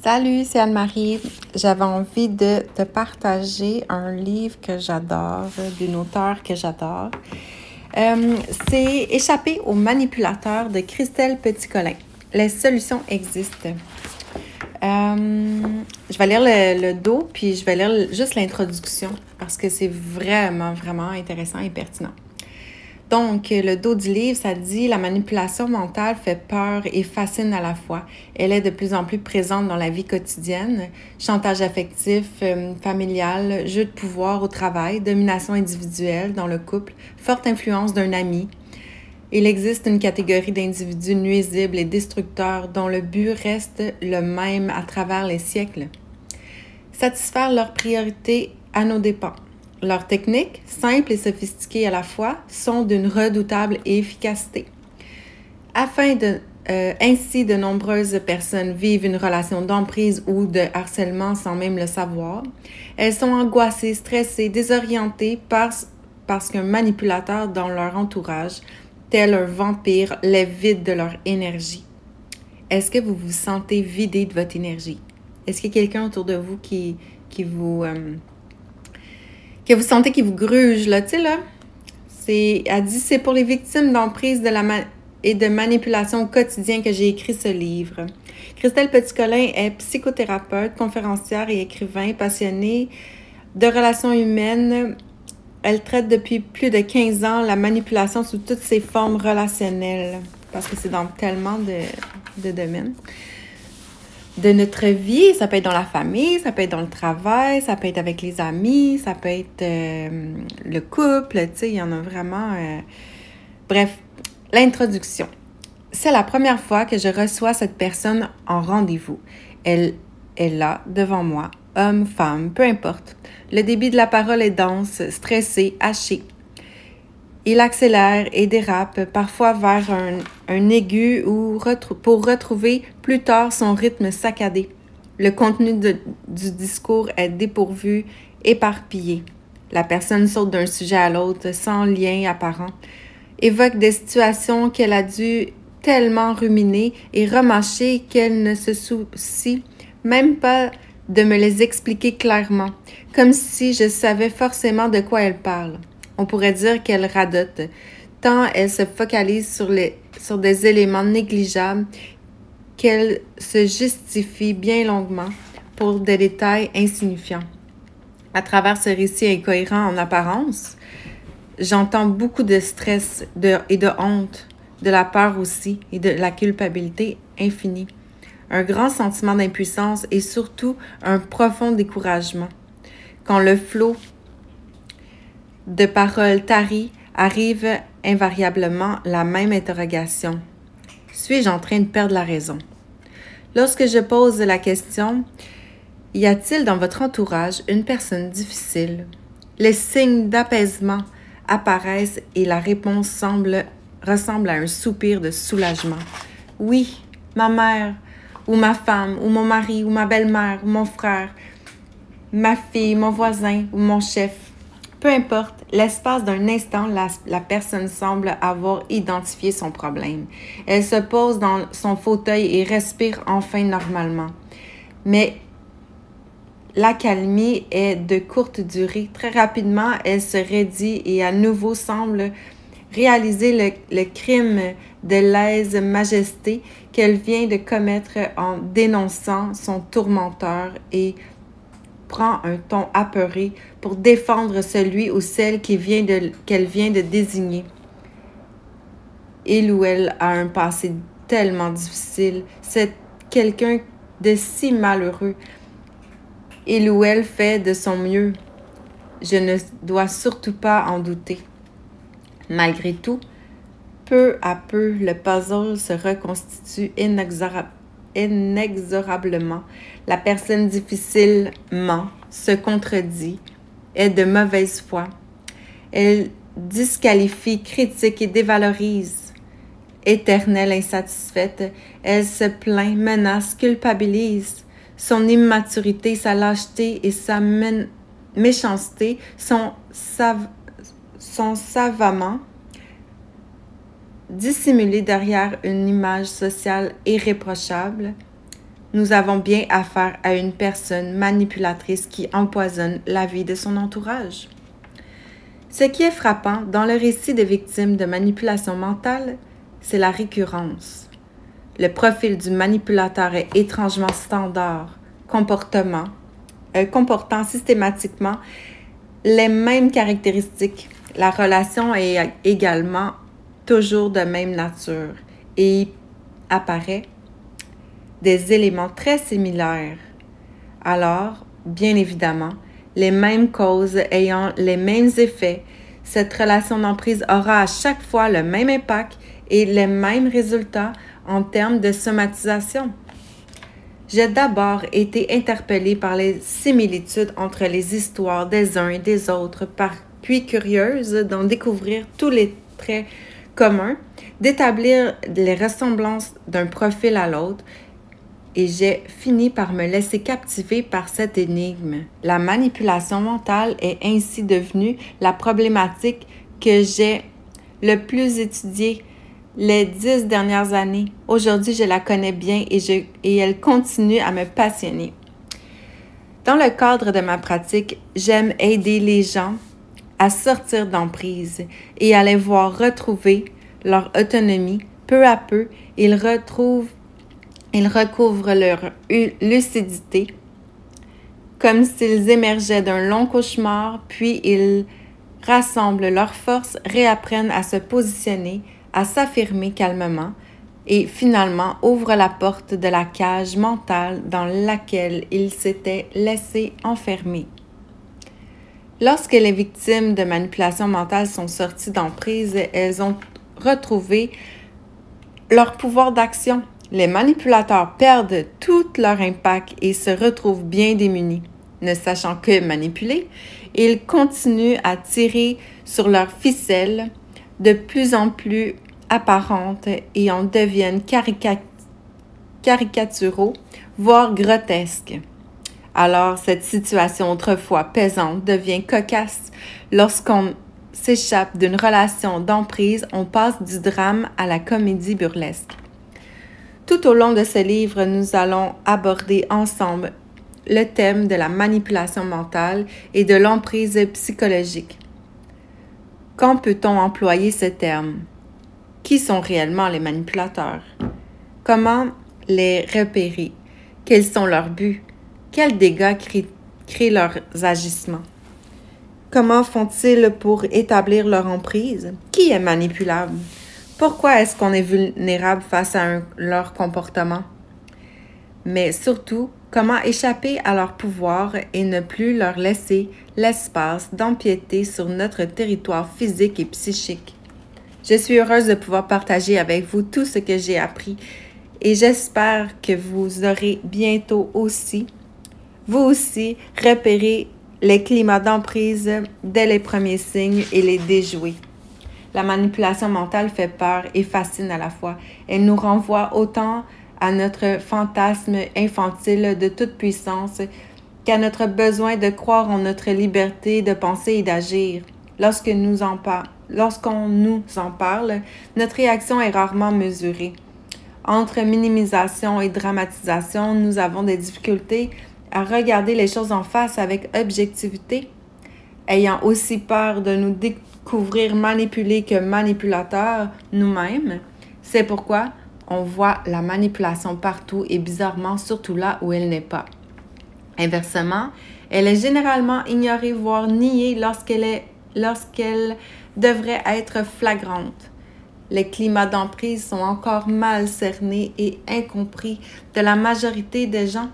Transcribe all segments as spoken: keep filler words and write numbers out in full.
Salut, c'est Anne-Marie. J'avais envie de te partager un livre que j'adore, d'une auteure que j'adore. Euh, c'est Échapper aux manipulateurs de Christelle Petit-Colin. Les solutions existent. Euh, je vais lire le, le dos, puis je vais lire juste l'introduction parce que c'est vraiment, vraiment intéressant et pertinent. Donc, le dos du livre, ça dit « La manipulation mentale fait peur et fascine à la fois. Elle est de plus en plus présente dans la vie quotidienne. Chantage affectif, euh, familial, jeu de pouvoir au travail, domination individuelle dans le couple, forte influence d'un ami. Il existe une catégorie d'individus nuisibles et destructeurs dont le but reste le même à travers les siècles. Satisfaire leurs priorités à nos dépens. Leurs techniques, simples et sophistiquées à la fois, sont d'une redoutable efficacité. Afin de, euh, ainsi, de nombreuses personnes vivent une relation d'emprise ou de harcèlement sans même le savoir. Elles sont angoissées, stressées, désorientées parce, parce qu'un manipulateur dans leur entourage, tel un vampire, les vide de leur énergie. Est-ce que vous vous sentez vidé de votre énergie? Est-ce qu'il y a quelqu'un autour de vous qui, qui vous... Euh, que vous sentez qui vous gruge, là, tu sais, là? C'est, elle dit, c'est pour les victimes d'emprise de la ma- et de manipulation au quotidien que j'ai écrit ce livre. Christelle Petit-Colin est psychothérapeute, conférencière et écrivain passionnée de relations humaines. Elle traite depuis plus de quinze ans la manipulation sous toutes ses formes relationnelles, parce que c'est dans tellement de, de domaines de notre vie. Ça peut être dans la famille, ça peut être dans le travail, ça peut être avec les amis, ça peut être euh, le couple, tu sais, il y en a vraiment... Euh... Bref, l'introduction. C'est la première fois que je reçois cette personne en rendez-vous. Elle est là, devant moi, homme, femme, peu importe. Le débit de la parole est dense, stressé, haché. Il accélère et dérape, parfois vers un, un aigu ou retr- pour retrouver plus tard son rythme saccadé. Le contenu de, du discours est dépourvu, éparpillé. La personne saute d'un sujet à l'autre sans lien apparent, évoque des situations qu'elle a dû tellement ruminer et remâcher qu'elle ne se soucie même pas de me les expliquer clairement, comme si je savais forcément de quoi elle parle. On pourrait dire qu'elle radote, tant elle se focalise sur, les, sur des éléments négligeables qu'elle se justifie bien longuement pour des détails insignifiants. À travers ce récit incohérent en apparence, j'entends beaucoup de stress de, et de honte, de la peur aussi et de la culpabilité infinie, un grand sentiment d'impuissance et surtout un profond découragement. Quand le flot de paroles taries arrive invariablement la même interrogation. Suis-je en train de perdre la raison? Lorsque je pose la question, y a-t-il dans votre entourage une personne difficile? Les signes d'apaisement apparaissent et la réponse semble, ressemble à un soupir de soulagement. Oui, ma mère, ou ma femme, ou mon mari, ou ma belle-mère, ou mon frère, ma fille, mon voisin, ou mon chef. Peu importe, l'espace d'un instant, la, la personne semble avoir identifié son problème. Elle se pose dans son fauteuil et respire enfin normalement. Mais l'accalmie est de courte durée. Très rapidement, elle se raidit et à nouveau semble réaliser le, le crime de lèse-majesté qu'elle vient de commettre en dénonçant son tourmenteur et prend un ton apeuré pour défendre celui ou celle qui vient de, qu'elle vient de désigner. Il ou elle a un passé tellement difficile, c'est quelqu'un de si malheureux. Il ou elle fait de son mieux. Je ne dois surtout pas en douter. Malgré tout, peu à peu, le puzzle se reconstitue inexorable. inexorablement. La personne difficile ment, se contredit, est de mauvaise foi. Elle disqualifie, critique et dévalorise. Éternelle insatisfaite, elle se plaint, menace, culpabilise. Son immaturité, sa lâcheté et sa mé- méchanceté sont, sav- sont savamment dissimulés derrière une image sociale irréprochable. nous avons bien affaire à une personne manipulatrice qui empoisonne la vie de son entourage. Ce qui est frappant dans le récit des victimes de manipulation mentale, c'est la récurrence. Le profil du manipulateur est étrangement standard, comportement, euh, comportant systématiquement les mêmes caractéristiques. La relation est également toujours de même nature et apparaît des éléments très similaires. Alors, bien évidemment, les mêmes causes ayant les mêmes effets, cette relation d'emprise aura à chaque fois le même impact et les mêmes résultats en termes de somatisation. J'ai d'abord été interpellée par les similitudes entre les histoires des uns et des autres, par puis curieuse d'en découvrir tous les traits communs, d'établir les ressemblances d'un profil à l'autre, et j'ai fini par me laisser captiver par cette énigme. La manipulation mentale est ainsi devenue la problématique que j'ai le plus étudiée les dix dernières années. Aujourd'hui, je la connais bien et, je, et elle continue à me passionner. Dans le cadre de ma pratique, j'aime aider les gens à sortir d'emprise et à les voir retrouver leur autonomie. Peu à peu, ils retrouvent Ils recouvrent leur lucidité, comme s'ils émergeaient d'un long cauchemar, puis ils rassemblent leurs forces, réapprennent à se positionner, à s'affirmer calmement, et finalement ouvrent la porte de la cage mentale dans laquelle ils s'étaient laissés enfermer. Lorsque les victimes de manipulation mentale sont sorties d'emprise, elles ont retrouvé leur pouvoir d'action. Les manipulateurs perdent tout leur impact et se retrouvent bien démunis. Ne sachant que manipuler, ils continuent à tirer sur leurs ficelles de plus en plus apparentes et en deviennent carica- caricaturaux, voire grotesques. Alors, cette situation autrefois pesante devient cocasse. Lorsqu'on s'échappe d'une relation d'emprise, on passe du drame à la comédie burlesque. Tout au long de ce livre, nous allons aborder ensemble le thème de la manipulation mentale et de l'emprise psychologique. Quand peut-on employer ce terme? Qui sont réellement les manipulateurs? Comment les repérer? Quels sont leurs buts? Quels dégâts créent, créent leurs agissements? Comment font-ils pour établir leur emprise? Qui est manipulable? Pourquoi est-ce qu'on est vulnérable face à un, leur comportement? Mais surtout, comment échapper à leur pouvoir et ne plus leur laisser l'espace d'empiéter sur notre territoire physique et psychique? Je suis heureuse de pouvoir partager avec vous tout ce que j'ai appris et j'espère que vous aurez bientôt aussi, vous aussi, repéré les climats d'emprise dès les premiers signes et les déjouer. La manipulation mentale fait peur et fascine à la fois. Elle nous renvoie autant à notre fantasme infantile de toute puissance qu'à notre besoin de croire en notre liberté de penser et d'agir. Lorsque nous en par... Lorsqu'on nous en parle, notre réaction est rarement mesurée. Entre minimisation et dramatisation, nous avons des difficultés à regarder les choses en face avec objectivité, ayant aussi peur de nous découvrir manipulés que manipulateurs nous-mêmes. C'est pourquoi on voit la manipulation partout et bizarrement surtout là où elle n'est pas. Inversement, elle est généralement ignorée, voire niée lorsqu'elle est, lorsqu'elle devrait être flagrante. Les climats d'emprise sont encore mal cernés et incompris de la majorité des gens.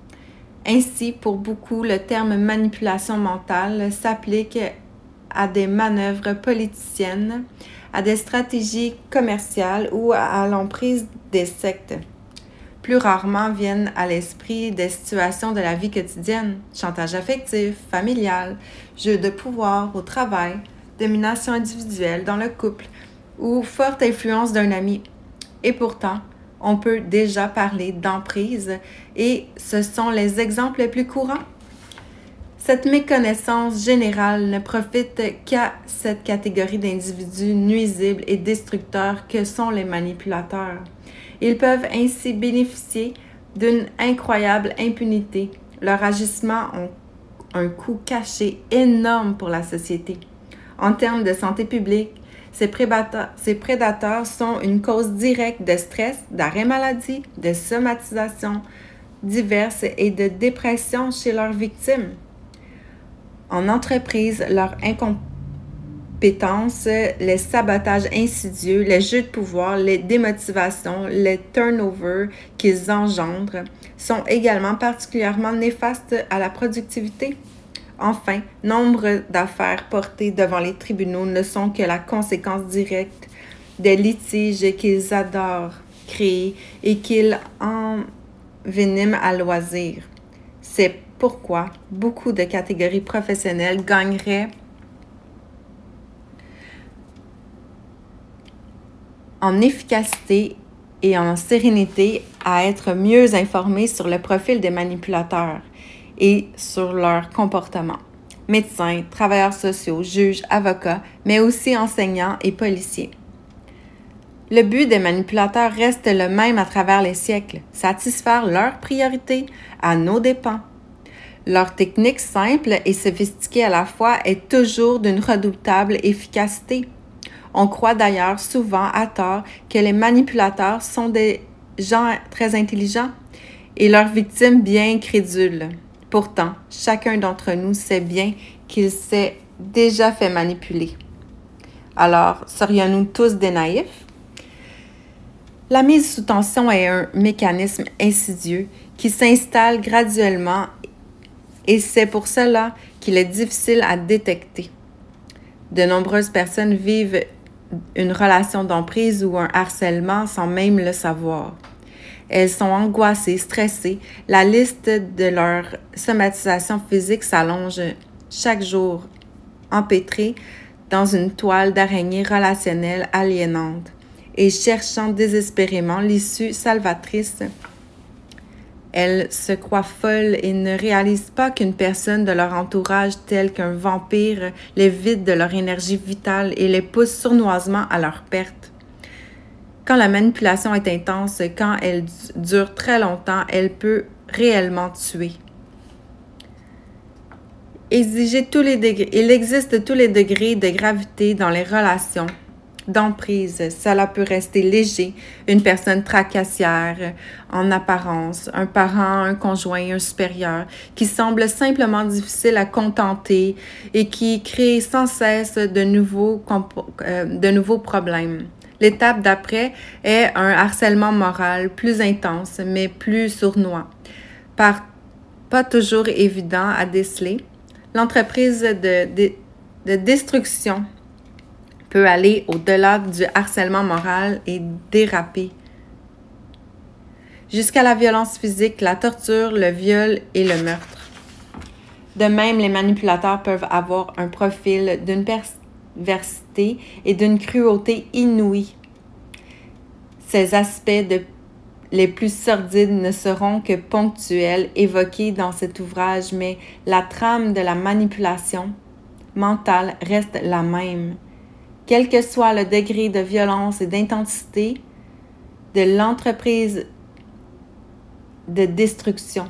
Ainsi, pour beaucoup, le terme manipulation mentale s'applique à des manœuvres politiciennes, à des stratégies commerciales ou à l'emprise des sectes. Plus rarement viennent à l'esprit des situations de la vie quotidienne, chantage affectif, familial, jeu de pouvoir au travail, domination individuelle dans le couple ou forte influence d'un ami. Et pourtant, on peut déjà parler d'emprise et ce sont les exemples les plus courants. Cette méconnaissance générale ne profite qu'à cette catégorie d'individus nuisibles et destructeurs que sont les manipulateurs. Ils peuvent ainsi bénéficier d'une incroyable impunité. Leurs agissements ont un coût caché énorme pour la société. En termes de santé publique, ces prédateurs, ces prédateurs sont une cause directe de stress, d'arrêt maladie, de somatisation diverses et de dépression chez leurs victimes. En entreprise, leur incompétence, les sabotages insidieux, les jeux de pouvoir, les démotivations, les turnovers qu'ils engendrent sont également particulièrement néfastes à la productivité. Enfin, nombre d'affaires portées devant les tribunaux ne sont que la conséquence directe des litiges qu'ils adorent créer et qu'ils enveniment à loisir. C'est pourquoi beaucoup de catégories professionnelles gagneraient en efficacité et en sérénité à être mieux informées sur le profil des manipulateurs et sur leur comportement. Médecins, travailleurs sociaux, juges, avocats, mais aussi enseignants et policiers. Le but des manipulateurs reste le même à travers les siècles, satisfaire leurs priorités à nos dépens. Leur technique simple et sophistiquée à la fois est toujours d'une redoutable efficacité. On croit d'ailleurs souvent à tort que les manipulateurs sont des gens très intelligents et leurs victimes bien crédules. Pourtant, chacun d'entre nous sait bien qu'il s'est déjà fait manipuler. Alors, serions-nous tous des naïfs? La mise sous tension est un mécanisme insidieux qui s'installe graduellement et c'est pour cela qu'il est difficile à détecter. De nombreuses personnes vivent une relation d'emprise ou un harcèlement sans même le savoir. Elles sont angoissées, stressées. La liste de leur somatisation physique s'allonge chaque jour, empêtrées dans une toile d'araignée relationnelle aliénante et cherchant désespérément l'issue salvatrice. Elles se croient folles et ne réalisent pas qu'une personne de leur entourage, telle qu'un vampire, les vide de leur énergie vitale et les pousse sournoisement à leur perte. Quand la manipulation est intense, quand elle dure très longtemps, elle peut réellement tuer. Exiger tous les degrés, il existe tous les degrés de gravité dans les relations d'emprise. Cela peut rester léger, une personne tracassière en apparence, un parent, un conjoint, un supérieur, qui semble simplement difficile à contenter et qui crée sans cesse de nouveaux, euh, de nouveaux problèmes. L'étape d'après est un harcèlement moral plus intense, mais plus sournois, par pas toujours évident à déceler. L'entreprise de, de, de destruction peut aller au-delà du harcèlement moral et déraper jusqu'à la violence physique, la torture, le viol et le meurtre. De même, les manipulateurs peuvent avoir un profil d'une perversité et d'une cruauté inouïe. Ces aspects de, les plus sordides ne seront que ponctuels, évoqués dans cet ouvrage, mais la trame de la manipulation mentale reste la même. Quel que soit le degré de violence et d'intensité de l'entreprise de destruction.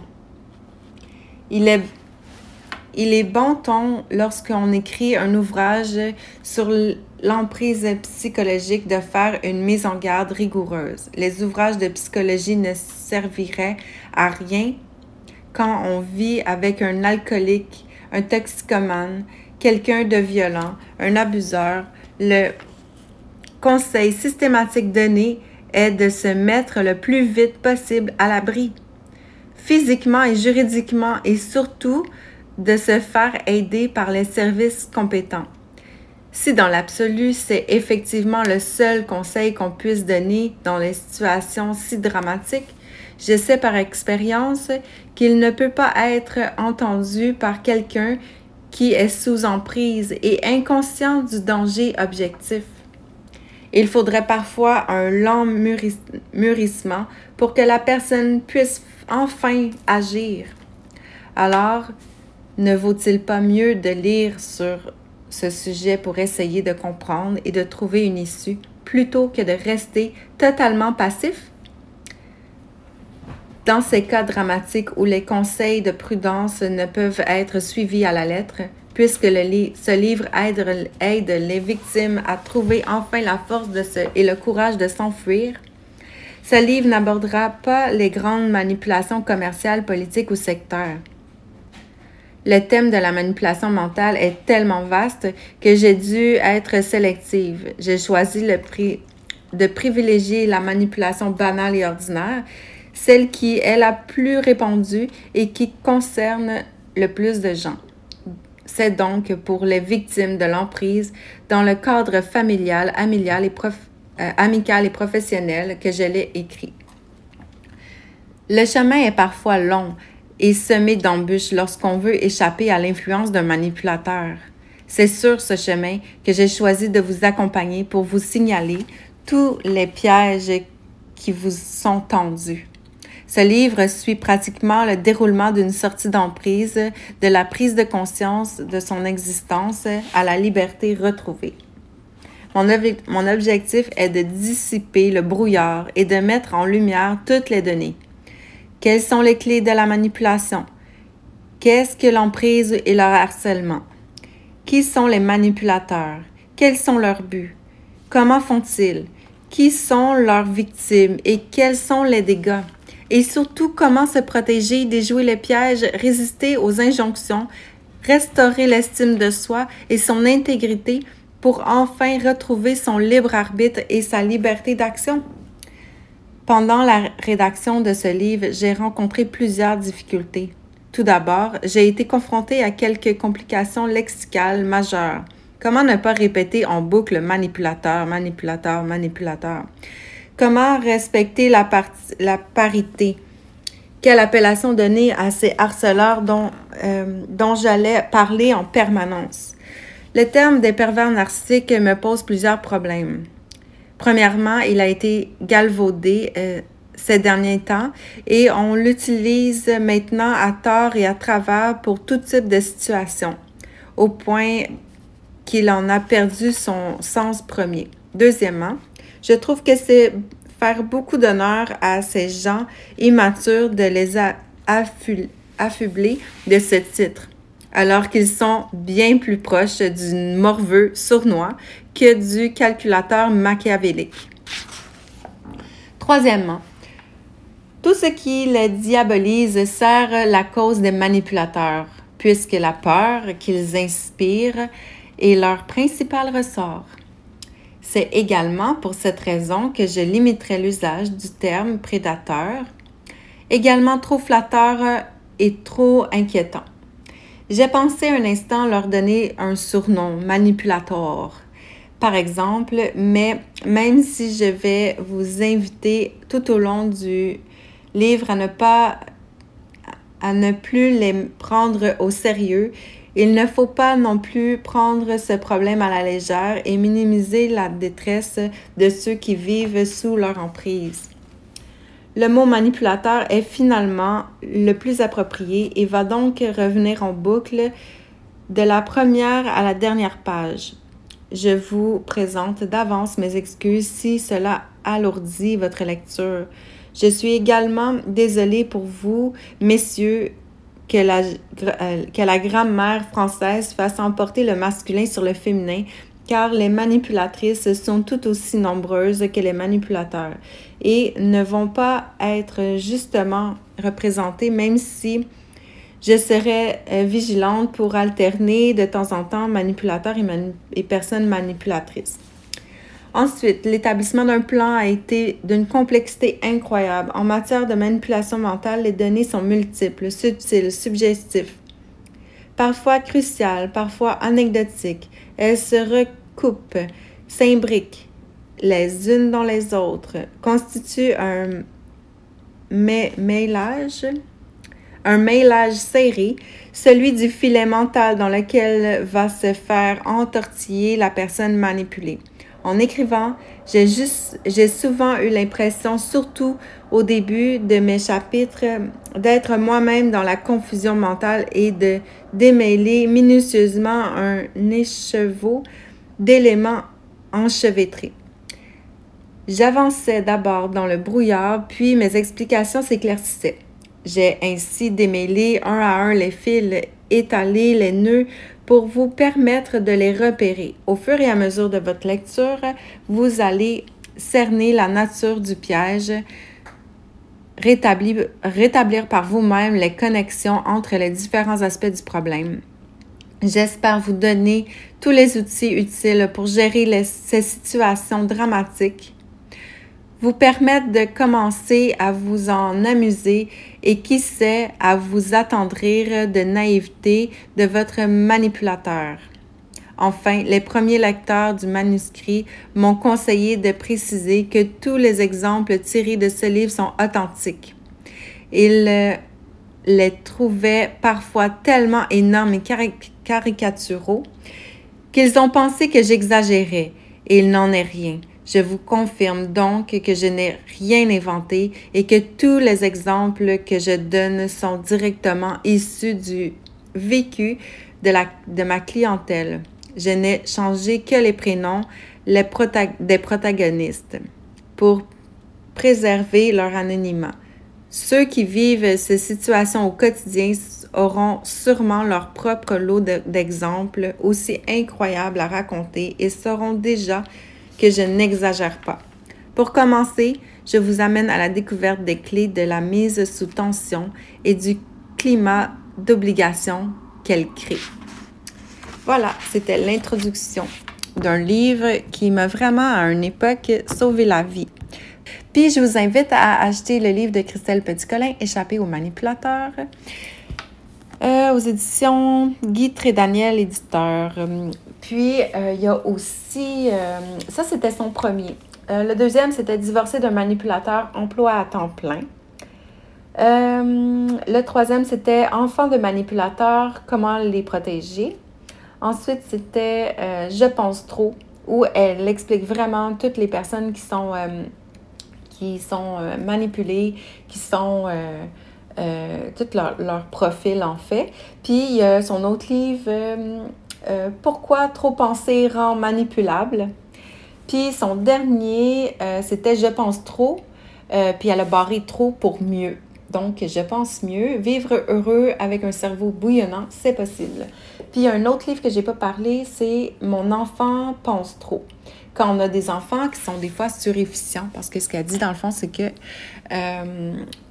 Il est, il est bon ton, lorsqu'on écrit un ouvrage sur l'emprise psychologique, de faire une mise en garde rigoureuse. Les ouvrages de psychologie ne serviraient à rien quand on vit avec un alcoolique, un toxicomane, quelqu'un de violent, un abuseur. Le conseil systématique donné est de se mettre le plus vite possible à l'abri, physiquement et juridiquement, et surtout de se faire aider par les services compétents. Si dans l'absolu, c'est effectivement le seul conseil qu'on puisse donner dans les situations si dramatiques, je sais par expérience qu'il ne peut pas être entendu par quelqu'un qui est sous emprise et inconscient du danger objectif. Il faudrait parfois un lent mûris- mûrissement pour que la personne puisse enfin agir. Alors, ne vaut-il pas mieux de lire sur ce sujet pour essayer de comprendre et de trouver une issue plutôt que de rester totalement passif? Dans ces cas dramatiques où les conseils de prudence ne peuvent être suivis à la lettre, puisque le li- ce livre aide, aide les victimes à trouver enfin la force de se, et le courage de s'enfuir, ce livre n'abordera pas les grandes manipulations commerciales, politiques ou sectaires. Le thème de la manipulation mentale est tellement vaste que j'ai dû être sélective. J'ai choisi le prix de privilégier la manipulation banale et ordinaire, celle qui est la plus répandue et qui concerne le plus de gens. C'est donc pour les victimes de l'emprise dans le cadre familial, amical et, prof, euh, amical et professionnel que je l'ai écrit. Le chemin est parfois long et semé d'embûches lorsqu'on veut échapper à l'influence d'un manipulateur. C'est sur ce chemin que j'ai choisi de vous accompagner pour vous signaler tous les pièges qui vous sont tendus. Ce livre suit pratiquement le déroulement d'une sortie d'emprise, de la prise de conscience de son existence à la liberté retrouvée. Mon, ob- mon objectif est de dissiper le brouillard et de mettre en lumière toutes les données. Quelles sont les clés de la manipulation? Qu'est-ce que l'emprise et leur harcèlement? Qui sont les manipulateurs? Quels sont leurs buts? Comment font-ils? Qui sont leurs victimes et quels sont les dégâts? Et surtout, comment se protéger, déjouer les pièges, résister aux injonctions, restaurer l'estime de soi et son intégrité pour enfin retrouver son libre arbitre et sa liberté d'action? Pendant la rédaction de ce livre, j'ai rencontré plusieurs difficultés. Tout d'abord, j'ai été confrontée à quelques complications lexicales majeures. Comment ne pas répéter en boucle manipulateur, manipulateur, manipulateur? Comment respecter la, part- la parité? Quelle appellation donner à ces harceleurs dont, euh, dont j'allais parler en permanence? Le terme des pervers narcissiques me pose plusieurs problèmes. Premièrement, il a été galvaudé euh, ces derniers temps et on l'utilise maintenant à tort et à travers pour tout type de situation, au point qu'il en a perdu son sens premier. Deuxièmement, je trouve que c'est faire beaucoup d'honneur à ces gens immatures de les affubler de ce titre, alors qu'ils sont bien plus proches du morveux sournois que du calculateur machiavélique. Troisièmement, tout ce qui les diabolise sert la cause des manipulateurs, puisque la peur qu'ils inspirent est leur principal ressort. C'est également pour cette raison que je limiterai l'usage du terme prédateur, également trop flatteur et trop inquiétant. J'ai pensé un instant leur donner un surnom, manipulator, par exemple, mais même si je vais vous inviter tout au long du livre à ne pas, à ne plus les prendre au sérieux, il ne faut pas non plus prendre ce problème à la légère et minimiser la détresse de ceux qui vivent sous leur emprise. Le mot manipulateur est finalement le plus approprié et va donc revenir en boucle de la première à la dernière page. Je vous présente d'avance mes excuses si cela alourdit votre lecture. Je suis également désolée pour vous, messieurs, que la, que la grammaire française fasse emporter le masculin sur le féminin, car les manipulatrices sont tout aussi nombreuses que les manipulateurs et ne vont pas être justement représentées, même si je serai vigilante pour alterner de temps en temps manipulateurs et, mani- et personnes manipulatrices. Ensuite, l'établissement d'un plan a été d'une complexité incroyable. En matière de manipulation mentale, les données sont multiples, subtiles, suggestives, parfois cruciales, parfois anecdotiques. Elles se recoupent, s'imbriquent les unes dans les autres, constituent un maillage, un maillage serré, celui du filet mental dans lequel va se faire entortiller la personne manipulée. En écrivant, j'ai juste, j'ai souvent eu l'impression, surtout au début de mes chapitres, d'être moi-même dans la confusion mentale et de démêler minutieusement un écheveau d'éléments enchevêtrés. J'avançais d'abord dans le brouillard, puis mes explications s'éclaircissaient. J'ai ainsi démêlé un à un les fils, étalé les nœuds pour vous permettre de les repérer. Au fur et à mesure de votre lecture, vous allez cerner la nature du piège, rétablir, rétablir par vous-même les connexions entre les différents aspects du problème. J'espère vous donner tous les outils utiles pour gérer les, ces situations dramatiques, vous permettre de commencer à vous en amuser et qui sait, à vous attendrir de naïveté de votre manipulateur. Enfin, les premiers lecteurs du manuscrit m'ont conseillé de préciser que tous les exemples tirés de ce livre sont authentiques. Ils euh, les trouvaient parfois tellement énormes et caric- caricaturaux qu'ils ont pensé que j'exagérais, et il n'en est rien. Je vous confirme donc que je n'ai rien inventé et que tous les exemples que je donne sont directement issus du vécu de, la, de ma clientèle. Je n'ai changé que les prénoms les prota- des protagonistes pour préserver leur anonymat. Ceux qui vivent ces situations au quotidien auront sûrement leur propre lot de, d'exemples aussi incroyables à raconter et sauront déjà que je n'exagère pas. Pour commencer, je vous amène à la découverte des clés de la mise sous tension et du climat d'obligation qu'elle crée. Voilà, c'était l'introduction d'un livre qui m'a vraiment, à une époque, sauvé la vie. Puis, je vous invite à acheter le livre de Christelle Petit-Colin, Échapper aux manipulateurs, euh, aux éditions Guy Trédaniel, éditeur. Puis, euh, il y a aussi, euh, ça c'était son premier. Euh, le deuxième, c'était Divorcer d'un manipulateur, emploi à temps plein. Euh, le troisième, c'était Enfants de manipulateurs, comment les protéger. Ensuite, c'était euh, Je pense trop, où elle explique vraiment toutes les personnes qui sont, euh, qui sont euh, manipulées, qui sont... Euh, Euh, tout leur, leur profil en fait. Puis il y a son autre livre, euh, euh, Pourquoi trop penser rend manipulable. Puis son dernier, euh, c'était Je pense trop, euh, puis elle a barré trop pour mieux. Donc, je pense mieux. Vivre heureux avec un cerveau bouillonnant, c'est possible. Puis il y a un autre livre que j'ai pas parlé, c'est Mon enfant pense trop. Quand on a des enfants qui sont des fois surefficients, parce que ce qu'elle dit dans le fond, c'est que euh,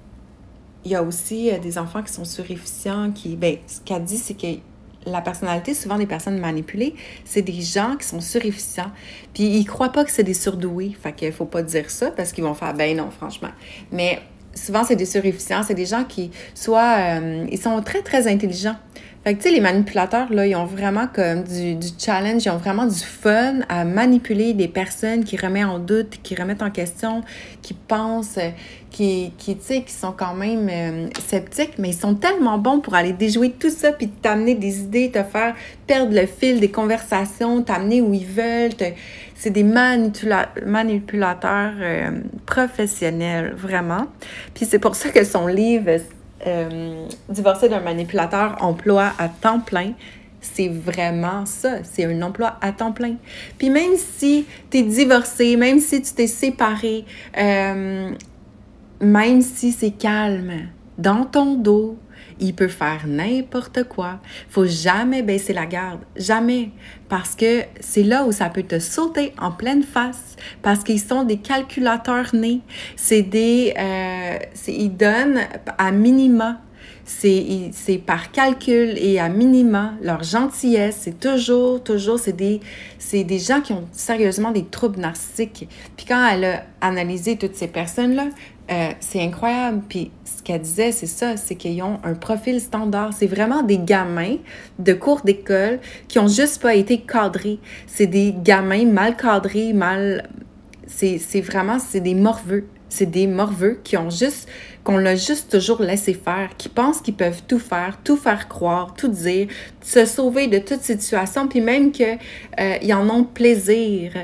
il y a aussi des enfants qui sont surefficients, qui, ben, ce qu'elle dit, c'est que la personnalité, souvent des personnes manipulées, c'est des gens qui sont surefficients. Puis ils croient pas que c'est des surdoués. Fait qu'il faut pas dire ça parce qu'ils vont faire, ben non, franchement. Mais souvent, c'est des surefficients. C'est des gens qui, soit, euh, ils sont très, très intelligents. Fait que, tu sais, les manipulateurs, là, ils ont vraiment comme du, du challenge, ils ont vraiment du fun à manipuler des personnes qui remettent en doute, qui remettent en question, qui pensent, qui, qui tu sais, qui sont quand même euh, sceptiques, mais ils sont tellement bons pour aller déjouer tout ça, puis t'amener des idées, te faire perdre le fil des conversations, t'amener où ils veulent. Te... C'est des manipula... manipulateurs euh, professionnels, vraiment. Puis c'est pour ça que son livre... Euh, divorcer d'un manipulateur, emploi à temps plein, c'est vraiment ça, c'est un emploi à temps plein. Puis même si tu es divorcé, même si tu t'es séparé, euh, même si c'est calme, dans ton dos, il peut faire n'importe quoi. Faut jamais baisser la garde, jamais, parce que c'est là où ça peut te sauter en pleine face, parce qu'ils sont des calculateurs nés. C'est des, euh, c'est, ils donnent à minima. C'est, c'est par calcul et à minima, leur gentillesse, c'est toujours, toujours, c'est des, c'est des gens qui ont sérieusement des troubles narcissiques. Puis quand elle a analysé toutes ces personnes-là, euh, c'est incroyable. Puis ce qu'elle disait, c'est ça, c'est qu'ils ont un profil standard. C'est vraiment des gamins de cours d'école qui ont juste pas été cadrés. C'est des gamins mal cadrés, mal... C'est, c'est vraiment, c'est des morveux. C'est des morveux qui ont juste, qu'on l'a juste toujours laissé faire, qui pensent qu'ils peuvent tout faire, tout faire croire, tout dire, se sauver de toute situation, puis même qu'ils euh, en ont plaisir.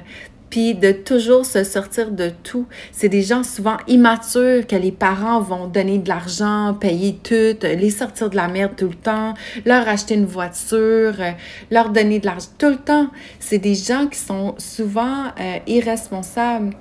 puis de toujours se sortir de tout. C'est des gens souvent immatures que les parents vont donner de l'argent, payer tout, les sortir de la merde tout le temps, leur acheter une voiture, leur donner de l'argent tout le temps. C'est des gens qui sont souvent euh, irresponsables.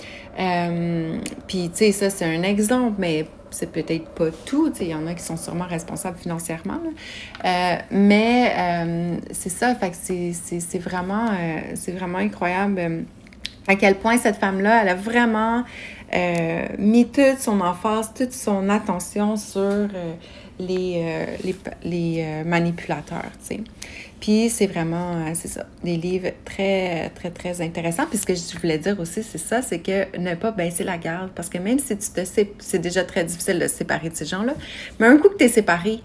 Euh, puis, tu sais, ça, c'est un exemple, mais c'est peut-être pas tout, il y en a qui sont sûrement responsables financièrement, euh, mais euh, c'est ça, fait que c'est, c'est, c'est, vraiment, euh, c'est vraiment incroyable euh, à quel point cette femme-là, elle a vraiment euh, mis toute son emphase, toute son attention sur euh, les, euh, les, les euh, manipulateurs, tu sais. Puis c'est vraiment, euh, c'est ça, des livres très, très, très intéressants. Puis ce que je voulais dire aussi, c'est ça, c'est que ne pas baisser la garde. Parce que même si tu te sais, c'est déjà très difficile de se séparer de ces gens-là, mais un coup que tu es séparé,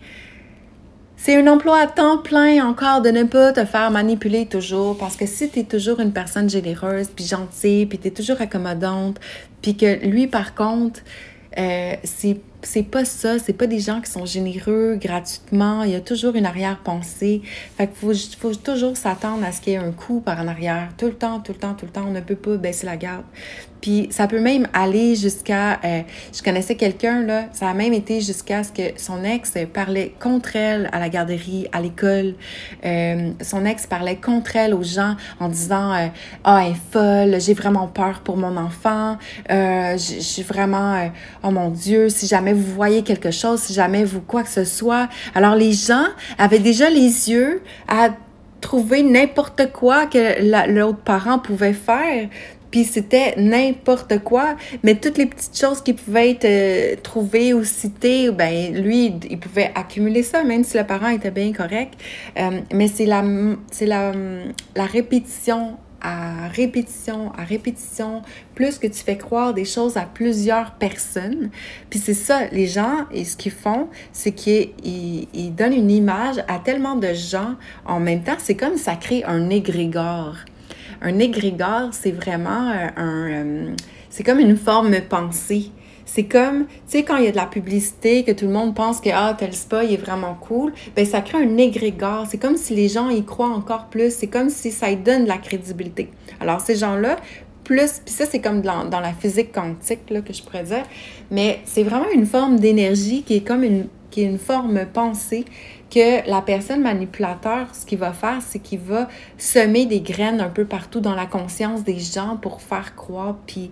c'est un emploi à temps plein encore de ne pas te faire manipuler toujours. Parce que si tu es toujours une personne généreuse, puis gentille, puis tu es toujours accommodante, puis que lui, par contre, euh, c'est c'est pas ça, c'est pas des gens qui sont généreux gratuitement, il y a toujours une arrière-pensée. Fait qu'il faut, faut toujours s'attendre à ce qu'il y ait un coup par en arrière, tout le temps, tout le temps, tout le temps, on ne peut pas baisser la garde. Puis ça peut même aller jusqu'à, euh, je connaissais quelqu'un, là, ça a même été jusqu'à ce que son ex parlait contre elle à la garderie, à l'école. Euh, son ex parlait contre elle aux gens en disant euh, « Ah, elle est folle, j'ai vraiment peur pour mon enfant, euh, je suis vraiment, euh, oh mon Dieu, si jamais vous voyez quelque chose, si jamais vous quoi que ce soit. » Alors les gens avaient déjà les yeux à trouver n'importe quoi que la, l'autre parent pouvait faire. Puis c'était n'importe quoi, mais toutes les petites choses qui pouvaient être euh, trouvées ou citées, ben lui, il, il pouvait accumuler ça, même si le parent était bien correct. Euh, mais c'est la, c'est la, la répétition à répétition, à répétition, plus que tu fais croire des choses à plusieurs personnes. Puis c'est ça, les gens, et ce qu'ils font, c'est qu'ils ils, ils donnent une image à tellement de gens en même temps. C'est comme ça crée un égrégore. Un égrégore, c'est vraiment un... un c'est comme une forme pensée. C'est comme, tu sais, quand il y a de la publicité, que tout le monde pense que, ah, tel spa, il est vraiment cool, bien, ça crée un égrégore. C'est comme si les gens y croient encore plus. C'est comme si ça lui donne de la crédibilité. Alors, ces gens-là, plus, puis ça, c'est comme dans, dans la physique quantique, là, que je pourrais dire, mais c'est vraiment une forme d'énergie qui est comme une, qui est une forme pensée, que la personne manipulateur, ce qu'il va faire, c'est qu'il va semer des graines un peu partout dans la conscience des gens pour faire croire, puis,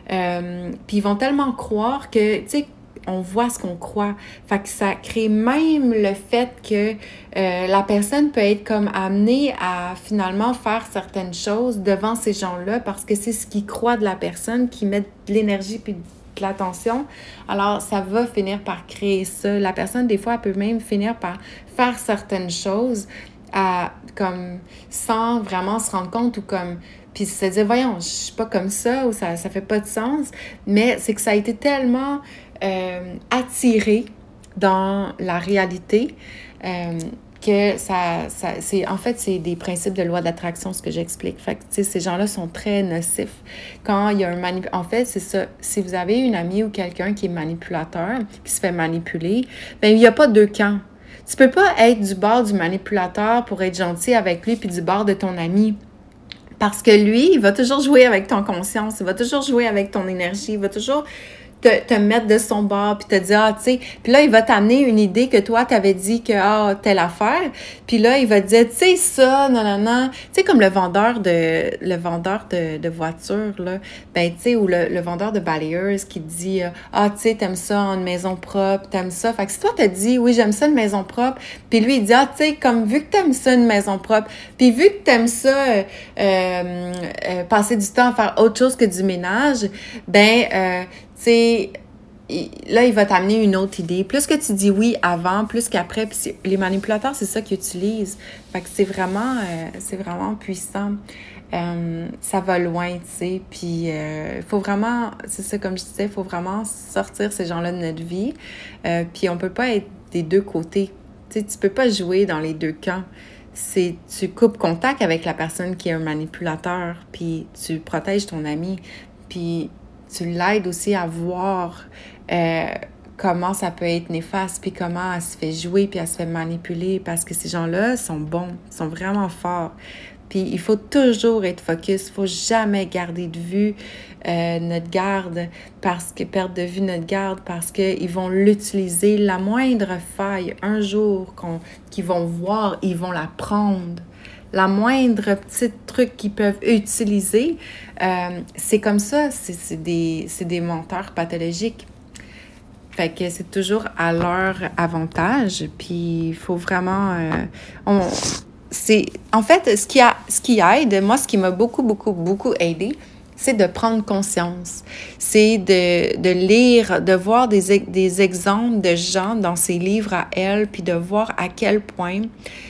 euh, puis ils vont tellement croire que, tu sais, on voit ce qu'on croit. Fait que ça crée même le fait que euh, la personne peut être comme amenée à finalement faire certaines choses devant ces gens-là parce que c'est ce qu'ils croient de la personne qui met de l'énergie puis de l'attention. Alors, ça va finir par créer ça. La personne, des fois, elle peut même finir par faire certaines choses à, comme, sans vraiment se rendre compte ou comme... Puis se dire, voyons, je suis pas comme ça ou ça, ça fait pas de sens. Mais c'est que ça a été tellement euh, attiré dans la réalité euh, que ça, ça c'est en fait c'est des principes de loi d'attraction ce que j'explique. Fait que tu sais ces gens-là sont très nocifs. Quand il y a un manip en fait, c'est ça, si vous avez une amie ou quelqu'un qui est manipulateur, qui se fait manipuler, ben il y a pas deux camps. Tu peux pas être du bord du manipulateur pour être gentil avec lui puis du bord de ton ami. Parce que lui, il va toujours jouer avec ton conscience, il va toujours jouer avec ton énergie, il va toujours te, te mettre de son bord, puis te dire, ah, tu sais, puis là, il va t'amener une idée que toi, t'avais dit que, ah, telle affaire, puis là, il va te dire, tu sais, ça, non, non, non, tu sais, comme le vendeur de, le vendeur de, de voitures, là, ben, tu sais, ou le, le vendeur de balayeuse qui te dit, ah, tu sais, t'aimes ça en une maison propre, t'aimes ça, fait que si toi, t'as dit, oui, j'aime ça une maison propre, puis lui, il dit, ah, tu sais, comme, vu que t'aimes ça une maison propre, puis vu que t'aimes ça, euh, euh, passer du temps à faire autre chose que du ménage, ben, euh, tu sais, là, il va t'amener une autre idée. Plus que tu dis oui avant, plus qu'après. Puis les manipulateurs, c'est ça qu'ils utilisent. Fait que c'est vraiment, euh, c'est vraiment puissant. Euh, ça va loin, tu sais. Puis il euh, faut vraiment, c'est ça, comme je disais, il faut vraiment sortir ces gens-là de notre vie. Euh, puis on peut pas être des deux côtés. Tu sais, tu peux pas jouer dans les deux camps. C'est, tu coupes contact avec la personne qui est un manipulateur, puis tu protèges ton ami. Puis tu l'aides aussi à voir euh, comment ça peut être néfaste, puis comment elle se fait jouer, puis elle se fait manipuler, parce que ces gens-là sont bons, sont vraiment forts. Puis il faut toujours être focus, il ne faut jamais garder de vue euh, notre garde, parce que perdre de vue notre garde, parce qu'ils vont l'utiliser, la moindre faille, un jour qu'on, qu'ils vont voir, ils vont la prendre. La moindre petite truc qu'ils peuvent utiliser, euh, c'est comme ça, c'est, c'est, des, c'est des menteurs pathologiques. Fait que c'est toujours à leur avantage, puis il faut vraiment... Euh, on, c'est, en fait, ce qui, a, ce qui aide, moi, ce qui m'a beaucoup, beaucoup, beaucoup aidé, c'est de prendre conscience. C'est de, de lire, de voir des, des exemples de gens dans ses livres à elle, puis de voir à quel point...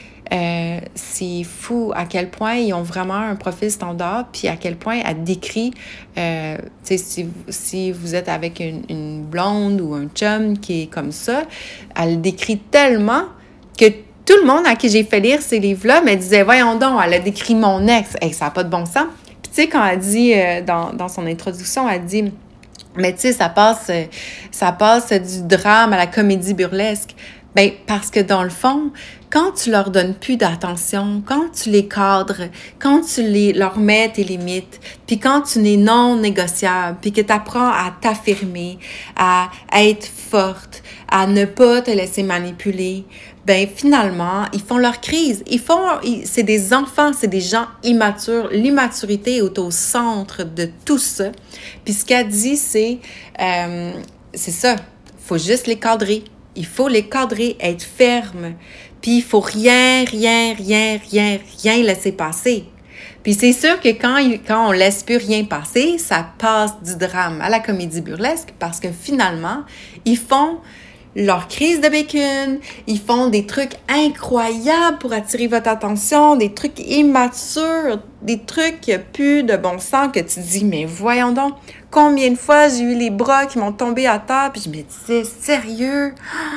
Euh, c'est fou à quel point ils ont vraiment un profil standard, puis à quel point elle décrit, euh, tu sais, si, si vous êtes avec une, une blonde ou un chum qui est comme ça, elle décrit tellement que tout le monde à qui j'ai fait lire ces livres-là me disait « Voyons donc, elle a décrit mon ex. Hey, ça n'a pas de bon sens. » Puis tu sais, quand elle dit, euh, dans, dans son introduction, elle dit « Mais tu sais, ça passe, ça passe du drame à la comédie burlesque. » Bien, parce que dans le fond, quand tu leur donnes plus d'attention, quand tu les cadres, quand tu les, leur mets tes limites, puis quand tu n'es non négociable, puis que tu apprends à t'affirmer, à, à être forte, à ne pas te laisser manipuler, ben finalement, ils font leur crise. Ils font, ils, c'est des enfants, c'est des gens immatures. L'immaturité est au centre de tout ça. Puis ce qu'elle dit, c'est, euh, c'est ça, il faut juste les cadrer. Il faut les cadrer, être ferme. Puis il faut rien, rien, rien, rien, rien laisser passer. Puis c'est sûr que quand, quand on laisse plus rien passer, ça passe du drame à la comédie burlesque parce que finalement, ils font leur crise de bacon, ils font des trucs incroyables pour attirer votre attention, des trucs immatures, des trucs qui n'ont plus de bon sens que tu te dis, mais voyons donc, combien de fois j'ai eu les bras qui m'ont tombé à terre, puis je me disais, sérieux?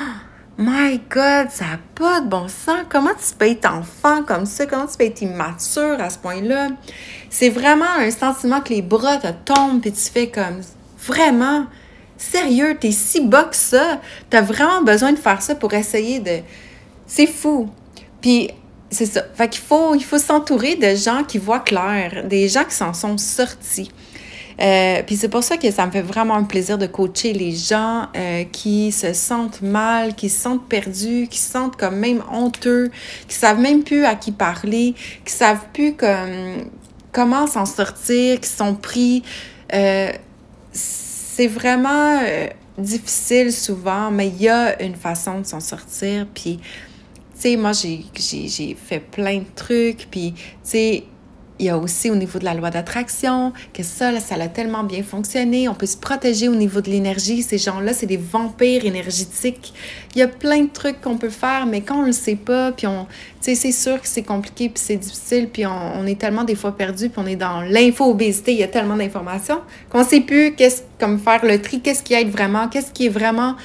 My God, ça n'a pas de bon sens. Comment tu peux être enfant comme ça? Comment tu peux être immature à ce point-là? C'est vraiment un sentiment que les bras te tombent, puis tu fais comme, vraiment... Sérieux, t'es si bas que ça. T'as vraiment besoin de faire ça pour essayer de... C'est fou. Puis, c'est ça. Fait qu'il faut, il faut s'entourer de gens qui voient clair, des gens qui s'en sont sortis. Euh, puis c'est pour ça que ça me fait vraiment un plaisir de coacher les gens euh, qui se sentent mal, qui se sentent perdus, qui se sentent comme même honteux, qui savent même plus à qui parler, qui savent plus comme, comment s'en sortir, qui sont pris... Euh, C'est vraiment euh, difficile souvent, mais il y a une façon de s'en sortir. Puis, tu sais, moi, j'ai, j'ai, j'ai fait plein de trucs. Puis, tu sais, il y a aussi au niveau de la loi d'attraction, que ça, là, ça a tellement bien fonctionné. On peut se protéger au niveau de l'énergie. Ces gens-là, c'est des vampires énergétiques. Il y a plein de trucs qu'on peut faire, mais quand on le sait pas, puis on... Tu sais, c'est sûr que c'est compliqué, puis c'est difficile, puis on, on est tellement des fois perdu, puis on est dans l'info-obésité, il y a tellement d'informations qu'on sait plus qu'est-ce, comme faire le tri, qu'est-ce qui aide vraiment, qu'est-ce qui est vraiment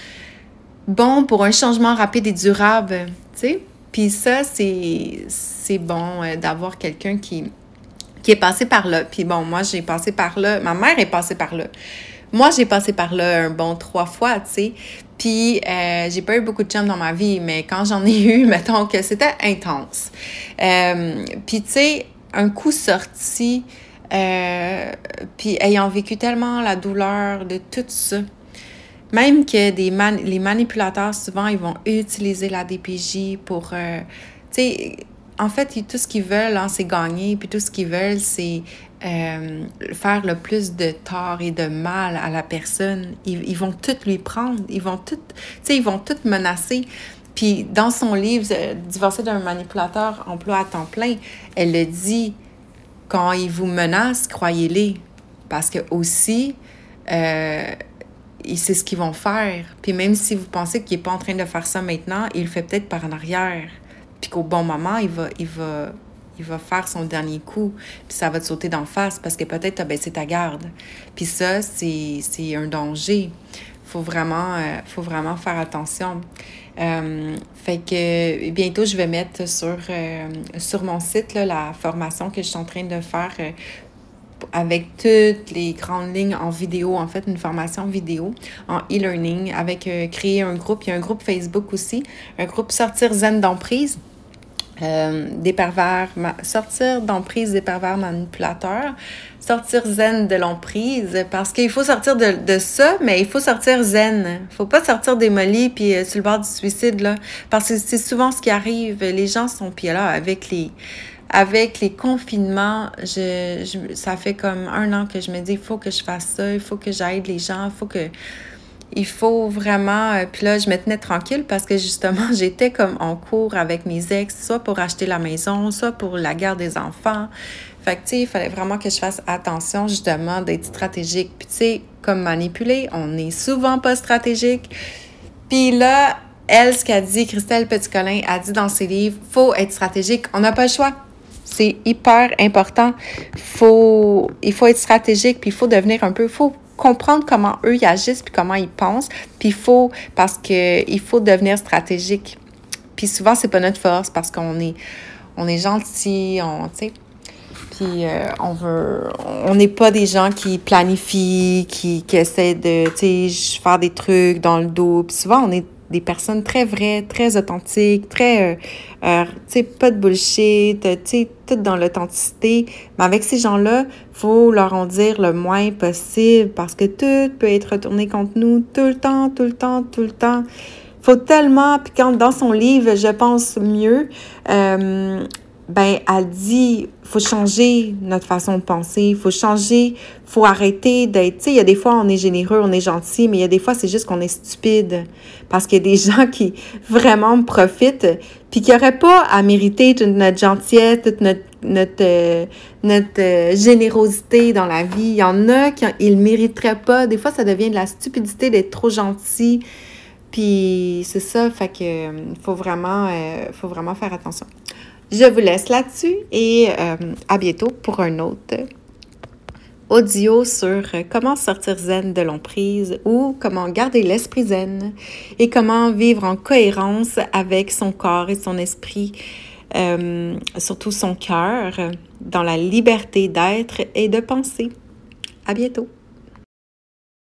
bon pour un changement rapide et durable, tu sais. Puis ça, c'est, c'est bon euh, d'avoir quelqu'un qui... qui est passé par là. Puis bon, moi, j'ai passé par là. Ma mère est passée par là. Moi, j'ai passé par là un bon trois fois, tu sais. Puis, euh, j'ai pas eu beaucoup de chums dans ma vie, mais quand j'en ai eu, mettons que c'était intense. Euh, puis, tu sais, un coup sorti, euh, puis ayant vécu tellement la douleur de tout ça, même que des man- les manipulateurs, souvent, ils vont utiliser la D P J pour, euh, tu sais, en fait, tout ce qu'ils veulent, hein, c'est gagner, puis tout ce qu'ils veulent, c'est euh, faire le plus de tort et de mal à la personne. Ils, ils vont tout lui prendre, ils vont tout, tu sais, ils vont tout menacer. Puis dans son livre « Divorcer d'un manipulateur, emploi à temps plein », elle le dit, quand ils vous menacent, croyez-les. Parce que aussi, euh, c'est ce qu'ils vont faire. Puis même si vous pensez qu'il n'est pas en train de faire ça maintenant, il le fait peut-être par en arrière. Puis qu'au bon moment, il va, il va, il va faire son dernier coup, puis ça va te sauter d'en face parce que peut-être tu as baissé ta garde. Puis ça, c'est, c'est un danger. Il faut vraiment, euh, faut vraiment faire attention. Euh, fait que bientôt, je vais mettre sur, euh, sur mon site là, la formation que je suis en train de faire euh, avec toutes les grandes lignes en vidéo, en fait, une formation vidéo en e-learning avec euh, créer un groupe. Il y a un groupe Facebook aussi, un groupe Sortir Zen d'emprise. euh, des pervers, sortir d'emprise des pervers manipulateurs, sortir zen de l'emprise, parce qu'il faut sortir de, de ça, mais il faut sortir zen. Il faut pas sortir démoli puis euh, sur le bord du suicide, là, parce que c'est souvent ce qui arrive. Les gens sont, puis là, avec les... Avec les confinements, je, je, ça fait comme un an que je me dis, il faut que je fasse ça, il faut que j'aide les gens, il faut que... Il faut vraiment... Euh, puis là, je me tenais tranquille parce que justement, j'étais comme en cours avec mes ex, soit pour acheter la maison, soit pour la garde des enfants. Fait que, tu sais, il fallait vraiment que je fasse attention, justement, d'être stratégique. Puis, tu sais, comme manipuler, on n'est souvent pas stratégique. Puis là, elle, ce qu'a dit, Christelle Petit-Colin, a dit dans ses livres, il faut être stratégique. On n'a pas le choix. C'est hyper important. Faut, il faut être stratégique, puis il faut devenir un peu... faut comprendre comment eux ils agissent, puis comment ils pensent. Puis il faut... Parce que il faut devenir stratégique. Puis souvent, c'est pas notre force, parce qu'on est, on est gentil, on... tu sais... Puis euh, on veut... On n'est pas des gens qui planifient, qui, qui essaient de, tu sais, faire des trucs dans le dos. Puis souvent, on est des personnes très vraies, très authentiques, très, euh, euh, tu sais, pas de bullshit, tu sais, tout dans l'authenticité. Mais avec ces gens-là, il faut leur en dire le moins possible parce que tout peut être retourné contre nous tout le temps, tout le temps, tout le temps. Faut tellement, puis quand dans son livre, je pense mieux, euh, ben, elle dit, faut changer notre façon de penser, faut changer, faut arrêter d'être, tu sais, il y a des fois, on est généreux, on est gentil, mais il y a des fois, c'est juste qu'on est stupide, parce qu'il y a des gens qui vraiment profitent, puis qui n'auraient pas à mériter toute notre gentillesse, toute notre, notre, euh, notre euh, générosité dans la vie. Il y en a qui ne le mériteraient pas. Des fois, ça devient de la stupidité d'être trop gentil, puis c'est ça, fait que euh, faut vraiment, euh, faut vraiment faire attention. Je vous laisse là-dessus et euh, à bientôt pour un autre audio sur comment sortir zen de l'emprise ou comment garder l'esprit zen et comment vivre en cohérence avec son corps et son esprit, euh, surtout son cœur, dans la liberté d'être et de penser. À bientôt!